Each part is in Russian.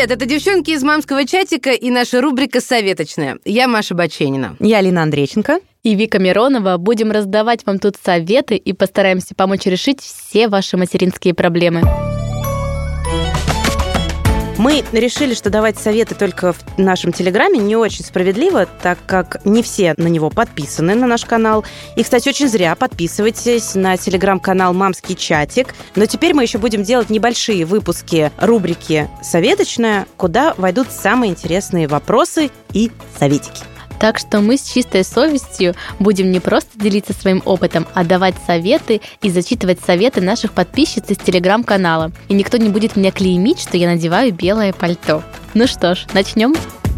Привет, это девчонки из мамского чатика и наша рубрика «Советочная». Я Маша Баченина. Я Алина Андрейченко. И Вика Миронова. Будем раздавать вам тут советы и постараемся помочь решить все ваши материнские проблемы. Мы решили, что давать советы только в нашем Телеграме не очень справедливо, так как не все на него подписаны, на наш канал. И, кстати, очень зря. Подписывайтесь на Телеграм-канал «Мамский чатик». Но теперь мы еще будем делать небольшие выпуски рубрики «Советочная», куда войдут самые интересные вопросы и советики. Так что мы с чистой совестью будем не просто делиться своим опытом, а давать советы и зачитывать советы наших подписчиц из Телеграм-канала. И никто не будет меня клеймить, что я надеваю белое пальто. Ну что ж, начнем.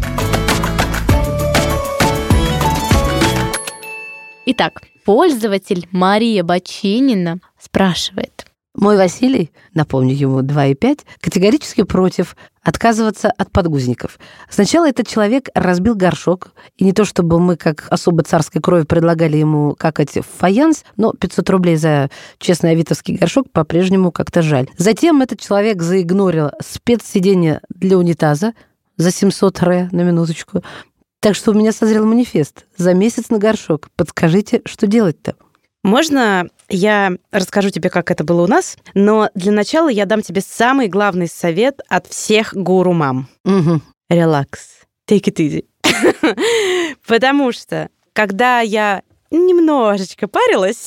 Итак, пользователь Мария Баченина спрашивает. Мой Василий, напомню ему 2,5, категорически против отказываться от подгузников. Сначала этот человек разбил горшок, и не то чтобы мы, как особо царской крови, предлагали ему какать в фаянс, но 500 рублей за честный авитовский горшок по-прежнему как-то жаль. Затем этот человек заигнорил спецсиденье для унитаза за 700 ре на минуточку. Так что у меня созрел манифест. За месяц на горшок. Подскажите, что делать-то? Можно я расскажу тебе, как это было у нас, но для начала я дам тебе самый главный совет от всех гуру-мам. Релакс. Take it easy. Потому что, когда я немножечко парилась,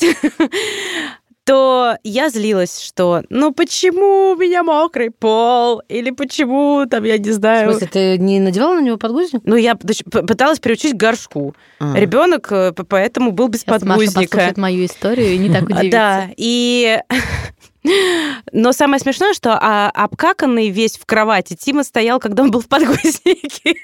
то я злилась, что почему у меня мокрый пол? Или почему, я не знаю... В смысле, ты не надевала на него подгузник? Я пыталась приучить к горшку. Ребенок поэтому был без подгузника. Маша послушает мою историю и не так удивится. Да, и... Но самое смешное, что обкаканный весь в кровати Тима стоял, когда он был в подгузнике.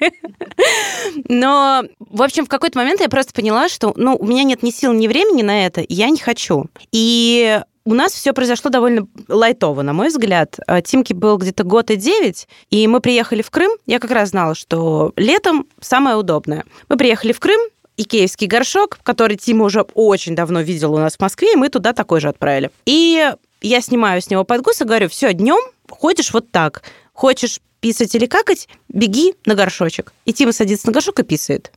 Но, в общем, в какой-то момент я просто поняла, что у меня нет ни сил, ни времени на это, и я не хочу. И у нас все произошло довольно лайтово, на мой взгляд. Тимке был где-то 1 год и 9, и мы приехали в Крым. Я как раз знала, что летом самое удобное. Мы приехали в Крым, икеевский горшок, который Тима уже очень давно видел у нас в Москве, и мы туда такой же отправили. И я снимаю с него подгуз и говорю, все, днем ходишь вот так. Хочешь писать или какать, беги на горшочек. И Тима садится на горшок и писает.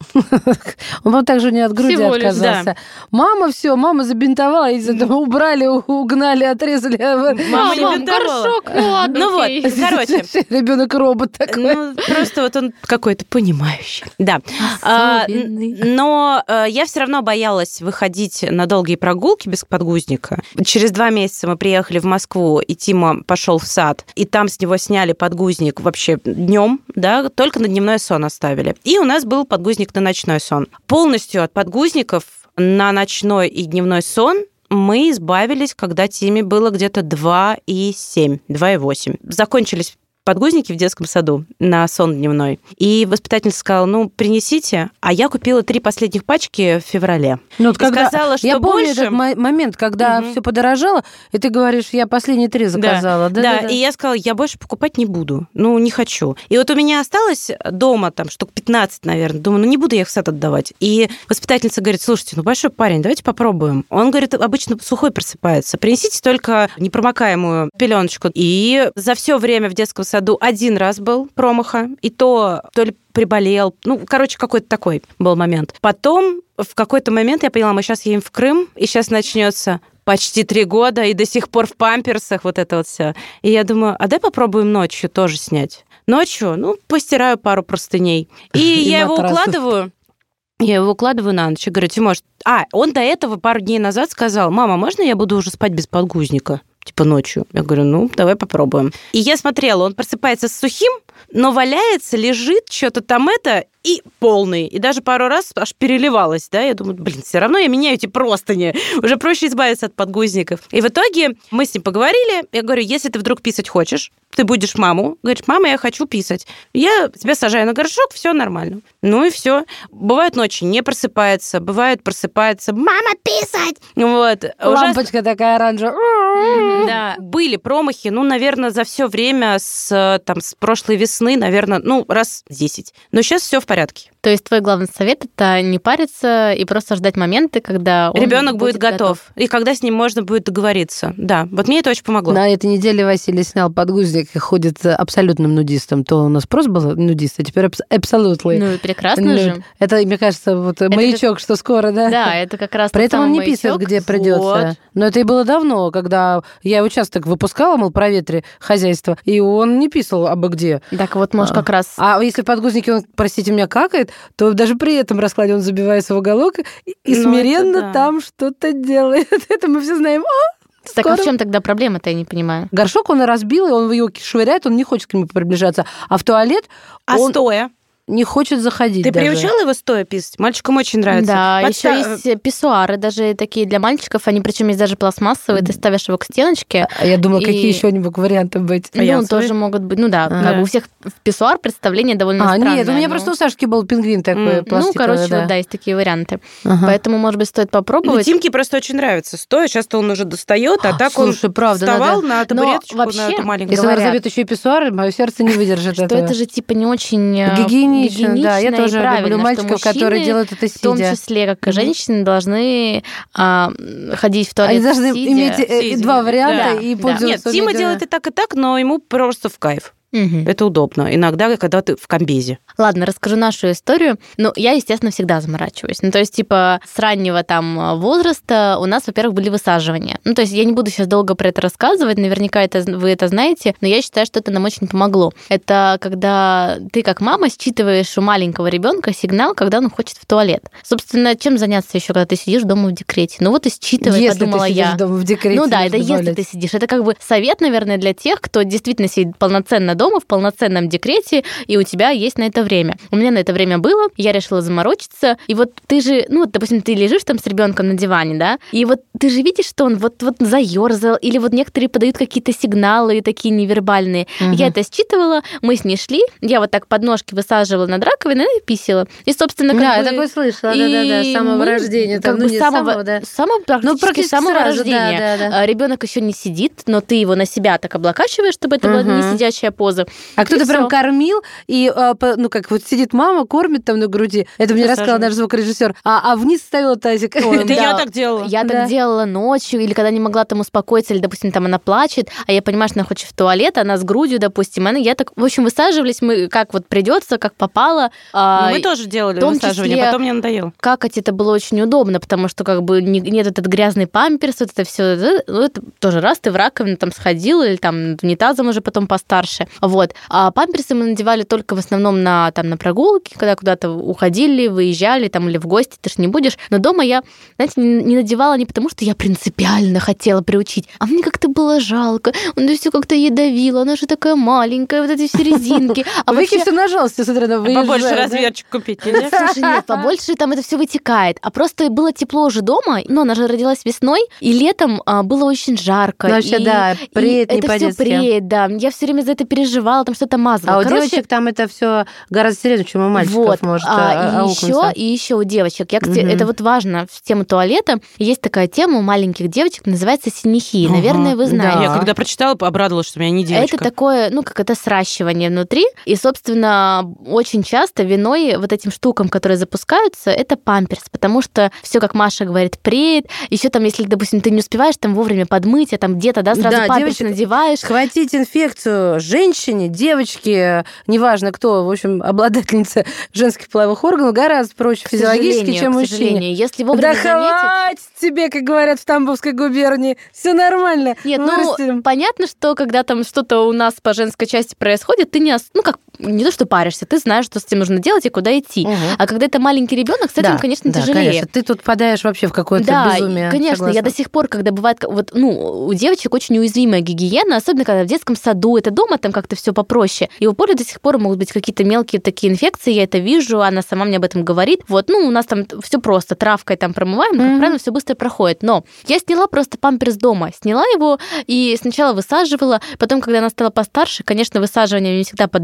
Он вам также не от груди Всего лишь, отказался. да. Мама забинтовала, убрали, угнали, отрезали. Мама не бинтовала. Горшок, ладно, окей. Короче. Ребенок-робот такой. Просто он какой-то понимающий. Да. Особенный. Но я все равно боялась выходить на долгие прогулки без подгузника. Через 2 месяца мы приехали в Москву, и Тима пошел в сад, и там с него сняли подгузник вообще днем, да, только на дневной сон оставили. И у нас был подгузник на ночной сон. Полностью от подгузников на ночной и дневной сон мы избавились, когда Тиме было где-то 2,7, 2,8. Закончились подгузники в детском саду на сон дневной. И воспитательница сказала, принесите. А я купила 3 последних пачки в феврале. Сказала, что я помню больше... этот момент, когда все подорожало, и ты говоришь, я последние 3 заказала. Да, и я сказала, я больше покупать не буду. Не хочу. И вот у меня осталось дома штук 15, наверное. Думаю, не буду я их в сад отдавать. И воспитательница говорит, слушайте, большой парень, давайте попробуем. Он говорит, обычно сухой просыпается. Принесите только непромокаемую пеленочку. И за все время в детском саду 1 раз был промаха, и то ли приболел. Какой-то такой был момент. Потом в какой-то момент я поняла, мы сейчас едем в Крым, и сейчас начнется почти 3 года, и до сих пор в памперсах вот это вот все. И я думаю, а дай попробуем ночью тоже снять. Ночью, постираю пару простыней. И я его укладываю. Я его укладываю на ночь и говорю, Тимош... он до этого пару дней назад сказал, мама, можно я буду уже спать без подгузника? Ночью. Я говорю, давай попробуем. И я смотрела, он просыпается с сухим, но валяется, лежит, что-то там и полный. И даже пару раз аж переливалось, да. Я думаю, все равно я меняю эти простыни. Уже проще избавиться от подгузников. И в итоге мы с ним поговорили. Я говорю, если ты вдруг писать хочешь, ты будешь маму. Говоришь, мама, я хочу писать. Я тебя сажаю на горшок, все нормально. И все. Бывают ночи не просыпается, бывает просыпается, мама, писать! Вот. Лампочка такая оранжевая. Да. Были промахи, наверное, за все время с прошлой весны, наверное, раз 10. Но сейчас все в порядке. То есть твой главный совет — это не париться и просто ждать моменты, когда ребенок будет готов. И когда с ним можно будет договориться. Да, вот мне это очень помогло. На этой неделе Василий снял подгузник и ходит абсолютным нудистом. То у нас просто был нудист, а теперь абсолютно. Ну, прекрасно же. Это, мне кажется, вот маячок, что скоро, да? Да, это как раз при этом он не маячок. писает, где придется. Вот. Но это и было давно, когда я его часто так выпускала, мол, проветри хозяйство, и он не писал абы где. Так вот, может, как раз... А если в подгузнике он, простите меня, какает, то даже при этом раскладе он забивается в уголок и смиренно там что-то делает. Это мы все знаем. Так а в чем тогда проблема-то, я не понимаю? Горшок он разбил, и он его швыряет, он не хочет к нему приближаться. А в туалет он стоя? Не хочет заходить. Ты приучала его стоя писать? Мальчикам очень нравится. Да, еще есть писсуары, даже такие для мальчиков, они причем есть даже пластмассовые, ты ставишь его к стеночке. Я думала, какие еще нибудь варианты быть. Ну, тоже могут быть. Ну да, как бы у всех в писсуар представление довольно странное. Нет, у меня просто у Сашки был пингвин такой пластиковый. Ну, короче, да, есть такие варианты. Поэтому, может быть, стоит попробовать. Тимке просто очень нравится стоя. Часто он уже достает, а так он вставал на табуреточку, на эту маленькую. Если он разобьет еще и писсуар, мое сердце не выдержит этого. Что это же типа не очень гигиенично, да. Я тоже люблю мальчиков, которые делают это сидя. В том числе, как и женщины, должны ходить в туалет. Они должны иметь два варианта и пользоваться. Нет, Тима делает и так, но ему просто в кайф. Это удобно. Иногда, когда ты в комбезе. Ладно, расскажу нашу историю. Ну, я, естественно, всегда заморачиваюсь. Ну, то есть, типа, с раннего там возраста у нас, во-первых, были высаживания. Ну, то есть, я не буду сейчас долго про это рассказывать, наверняка вы это знаете, но я считаю, что это нам очень помогло. Это когда ты, как мама, считываешь у маленького ребенка сигнал, когда он хочет в туалет. Собственно, чем заняться еще, когда ты сидишь дома в декрете? Ну, вот и считывай, подумала я. Если ты сидишь дома в декрете. Ну, да, это если ты сидишь. Это как бы совет, наверное, для тех, кто действительно сидит полноценно дома, в полноценном декрете, и у тебя есть на это время. У меня на это время было, я решила заморочиться, и вот ты же, ну, допустим, ты лежишь там с ребенком на диване, да, и вот ты же видишь, что он вот заёрзал, или вот некоторые подают какие-то сигналы такие невербальные. Я это считывала, мы с ней шли, я вот так подножки высаживала над раковиной и писала. И, собственно, как бы... я такое слышала, да, с самого рождения. Как бы практически с самого рождения. Да. Ребенок еще не сидит, но ты его на себя так облокачиваешь, чтобы это была не сидячая поза. А кто-то прям кормил, и, ну, как вот сидит мама, кормит там на груди. Это мне рассказал наш звукорежиссер. А вниз ставила тазик. Это я так делала. Я так делала ночью, или когда не могла там успокоиться, или, допустим, там она плачет, а я понимаю, что она хочет в туалет, она с грудью, допустим. Я так, в общем, высаживались мы как вот придется, как попало. Мы тоже делали высаживание, потом мне надоело. Какать это было очень удобно, потому что как бы нет этот грязный памперс, вот это все. Это тоже раз ты в раковину там сходил, или там унитазом уже потом постарше. Вот. А памперсы мы надевали только в основном на прогулки, когда куда-то уходили, выезжали там, или в гости, ты ж не будешь. Но дома я, знаете, не надевала не потому, что я принципиально хотела приучить, а мне как-то было жалко. Он все как-то ей давил, она же такая маленькая, вот эти все резинки. А вообще все на жалости, смотря на выезжать. Побольше размерчик купить нельзя? Слушай, нет, побольше там это все вытекает. А просто было тепло уже дома, но она же родилась весной, и летом было очень жарко. Ну, вообще, да, преет не по-детски. Это все преет, да. Я все время за это переживала, там что-то мазала. А у девочек там это все гораздо серьезнее, чем у мальчиков вот. может И еще у девочек. Это вот важно в тему туалета. Есть такая тема у маленьких девочек, называется синехия. Наверное, вы знаете. Да. Я когда прочитала, обрадовалась, что у меня не девочка. Это такое, ну, как это сращивание внутри. И, собственно, очень часто виной вот этим штукам, которые запускаются, это памперс. Потому что все, как Маша говорит, преет. Еще там, если, допустим, ты не успеваешь там вовремя подмыть, а там где-то, да, сразу памперс надеваешь. Схватить инфекцию женщине, девочке, неважно кто, в общем, обладательница женских половых органов, гораздо проще физиологически, чем мужчине. Если вовремя хватит тебе, как говорят в Тамбовской губернии, все нормально. Нет, ну, понятно, что когда там что-то у нас по женской части происходит, ты не то, что паришься, ты знаешь, что с этим нужно делать и куда идти. А когда это маленький ребенок, с этим, конечно, тяжелее. Конечно. Ты тут впадаешь вообще в какое-то безумие. Конечно. Согласна. Я до сих пор, когда бывает, у девочек очень уязвимая гигиена, особенно когда в детском саду, это дома там как-то все попроще. И у Поли до сих пор могут быть какие-то мелкие такие инфекции, я это вижу, она сама мне об этом говорит. У нас там все просто, травкой там промываем, как правило, все быстро проходит. Но я сняла просто памперс дома, сняла его и сначала высаживала, потом, когда она стала постарше, конечно, высаживание не всегда поддавалось,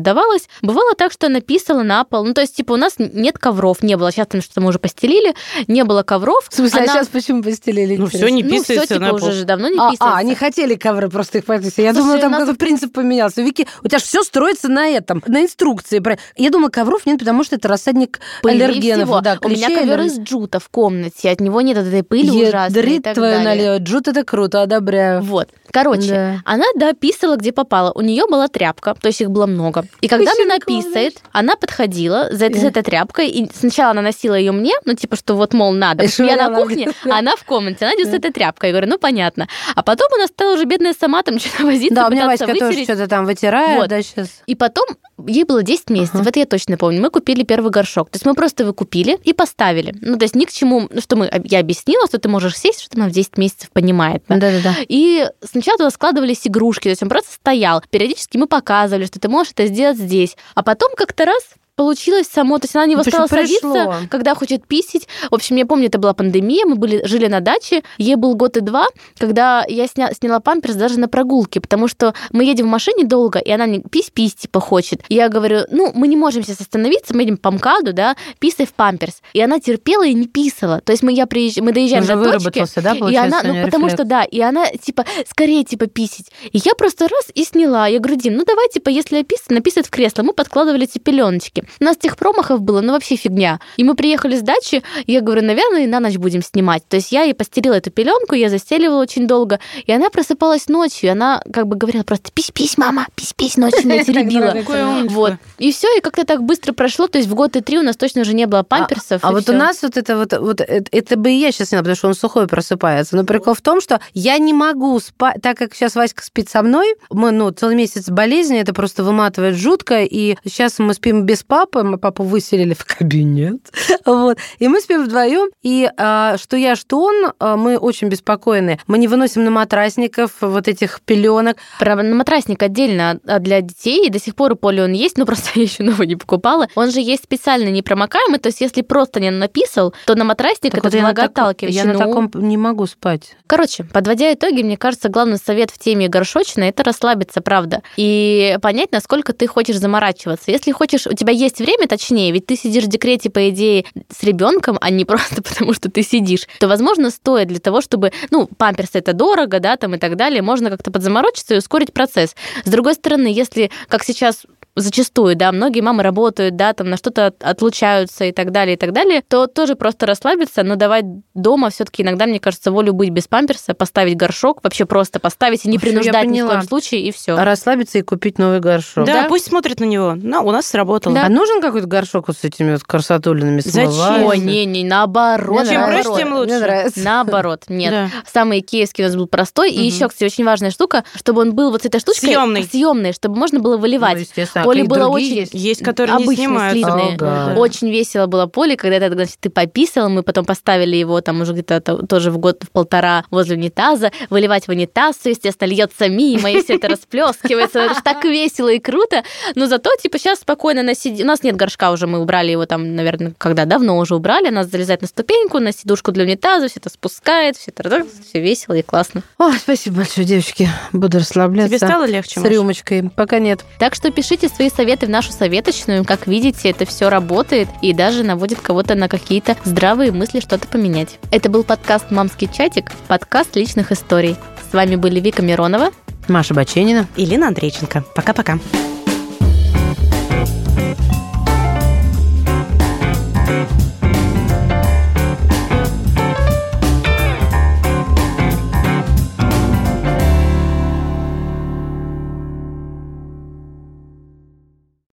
постирать. Бывало так, что она писала на пол. Ну, то есть, типа, у нас нет ковров, не было. Сейчас там что-то мы уже постелили, не было ковров. В смысле, а сейчас почему постелили? Ну, все не писается. Ну, все, типа, уже же давно не писается. Они хотели ковры, просто их повесили. Я думала, там какой-то принцип поменялся. Вики, у тебя же все строится на этом, на инструкции. Я думала, ковров нет, потому что это рассадник аллергенов. Да, у меня ковер из джута в комнате, от него нет этой пыли ужасной. Ядрит твою налево. Джут — это круто, одобряю. Вот. Короче, она, писала, где попала. У нее была тряпка, то есть их было много. И когда она написает, она подходила за этой тряпкой, и сначала она носила ее мне, ну, типа, что вот, мол, надо. Я на кухне, а она в комнате, она идет с этой тряпкой. Я говорю, ну, понятно. А потом она стала уже бедная сама там что-то возиться, да, у меня Васька тоже что-то там вытирает, вот. Да, сейчас. И потом ей было 10 месяцев, это я точно помню. Мы купили первый горшок. То есть мы просто его купили и поставили. Ну, то есть ни к чему, что я объяснила, что ты можешь сесть, что она в 10 месяцев понимает. Да? Да. И сначала туда складывались игрушки, то есть он просто стоял. Периодически мы показывали, что ты можешь это сделать здесь. А потом как-то раз получилось само, то есть она не стала садиться, когда хочет писать. В общем, я помню, это была пандемия, мы жили на даче, ей был 1 год и 2, когда я сняла памперс даже на прогулке, потому что мы едем в машине долго, и она мне пись типа хочет. И я говорю, ну, мы не можем сейчас остановиться, мы едем по МКАДу, да, писай в памперс. И она терпела и не писала. То есть мы доезжаем до точки, да, и она, потому что, да, и она, типа, скорее, типа, писать. И я просто раз и сняла. Я говорю, Дим, ну давай, типа, если написать в кресло. Мы подкладывали эти пеленочки. У нас тех промахов было, ну, вообще фигня. И мы приехали с дачи, и я говорю, наверное, на ночь будем снимать. То есть я ей постелила эту пеленку, я застеливала очень долго, и она просыпалась ночью, и она как бы говорила просто «пись, мама, пись», ночью меня теребила. Вот. И все, и как-то так быстро прошло, то есть в 1 год и 3 у нас точно уже не было памперсов. А вот у нас это бы и я сейчас сняла, потому что он сухой просыпается. Но прикол в том, что я не могу спать, так как сейчас Васька спит со мной, мы, целый месяц болезни, это просто выматывает жутко, и сейчас мы спим без папы, мы папу выселили в кабинет, вот, и мы спим вдвоем, и что я, что он, мы очень беспокойны. Мы не выносим на матрасников вот этих пеленок. На матрасник отдельно для детей, и до сих пор у Поли он есть, но просто я еще новый не покупала. Он же есть специально непромокаемый, то есть если просто не написал, то на матрасник так это влагоотталкивающий. Я на таком не могу спать. Короче, подводя итоги, мне кажется, главный совет в теме горшочной – это расслабиться, правда, и понять, насколько ты хочешь заморачиваться. Если хочешь, у тебя есть время, точнее, ведь ты сидишь в декрете, по идее, с ребенком, а не просто потому, что ты сидишь, то, возможно, стоит для того, чтобы, памперсы это дорого, да, там и так далее, можно как-то подзаморочиться и ускорить процесс. С другой стороны, если, как сейчас зачастую, да, многие мамы работают, да, там на что-то отлучаются и так далее, то тоже просто расслабиться, но давать дома все-таки иногда, мне кажется, волю быть без памперса, поставить горшок, вообще просто поставить и не принуждать ни в коем случае, и все. Расслабиться и купить новый горшок. Да, пусть смотрит на него. У нас сработало. Да. А нужен какой-то горшок вот с этими вот красотульными словами? Зачем? Ой, не, наоборот. Чем проще, тем лучше. Мне нравится. Наоборот, нет. Да. Самый икеевский у нас был простой, и еще, кстати, очень важная штука, чтобы он был вот с этой штучкой съемный, чтобы можно было выливать. Поле было очень... Есть, которые не снимаются. Слитные. Очень весело было Поле, когда ты пописал, мы потом поставили его там уже где-то тоже в 1-1.5 возле унитаза, выливать в унитаз, естественно, льется мимо, и все это расплескивается. Это же так весело и круто. Но зато, сейчас спокойно у нас нет горшка уже, мы убрали его там, наверное, давно уже убрали, она залезает на ступеньку, на сидушку для унитаза, все это спускает, все весело и классно. Ой, спасибо большое, девочки. Буду расслабляться. Тебе стало легче, с рюмочкой? Пока нет. Так что пишите свои советы в нашу советочную. Как видите, это все работает и даже наводит кого-то на какие-то здравые мысли что-то поменять. Это был подкаст «Мамский чатик», подкаст личных историй. С вами были Вика Миронова, Маша Баченина и Лина Андрейченко. Пока-пока.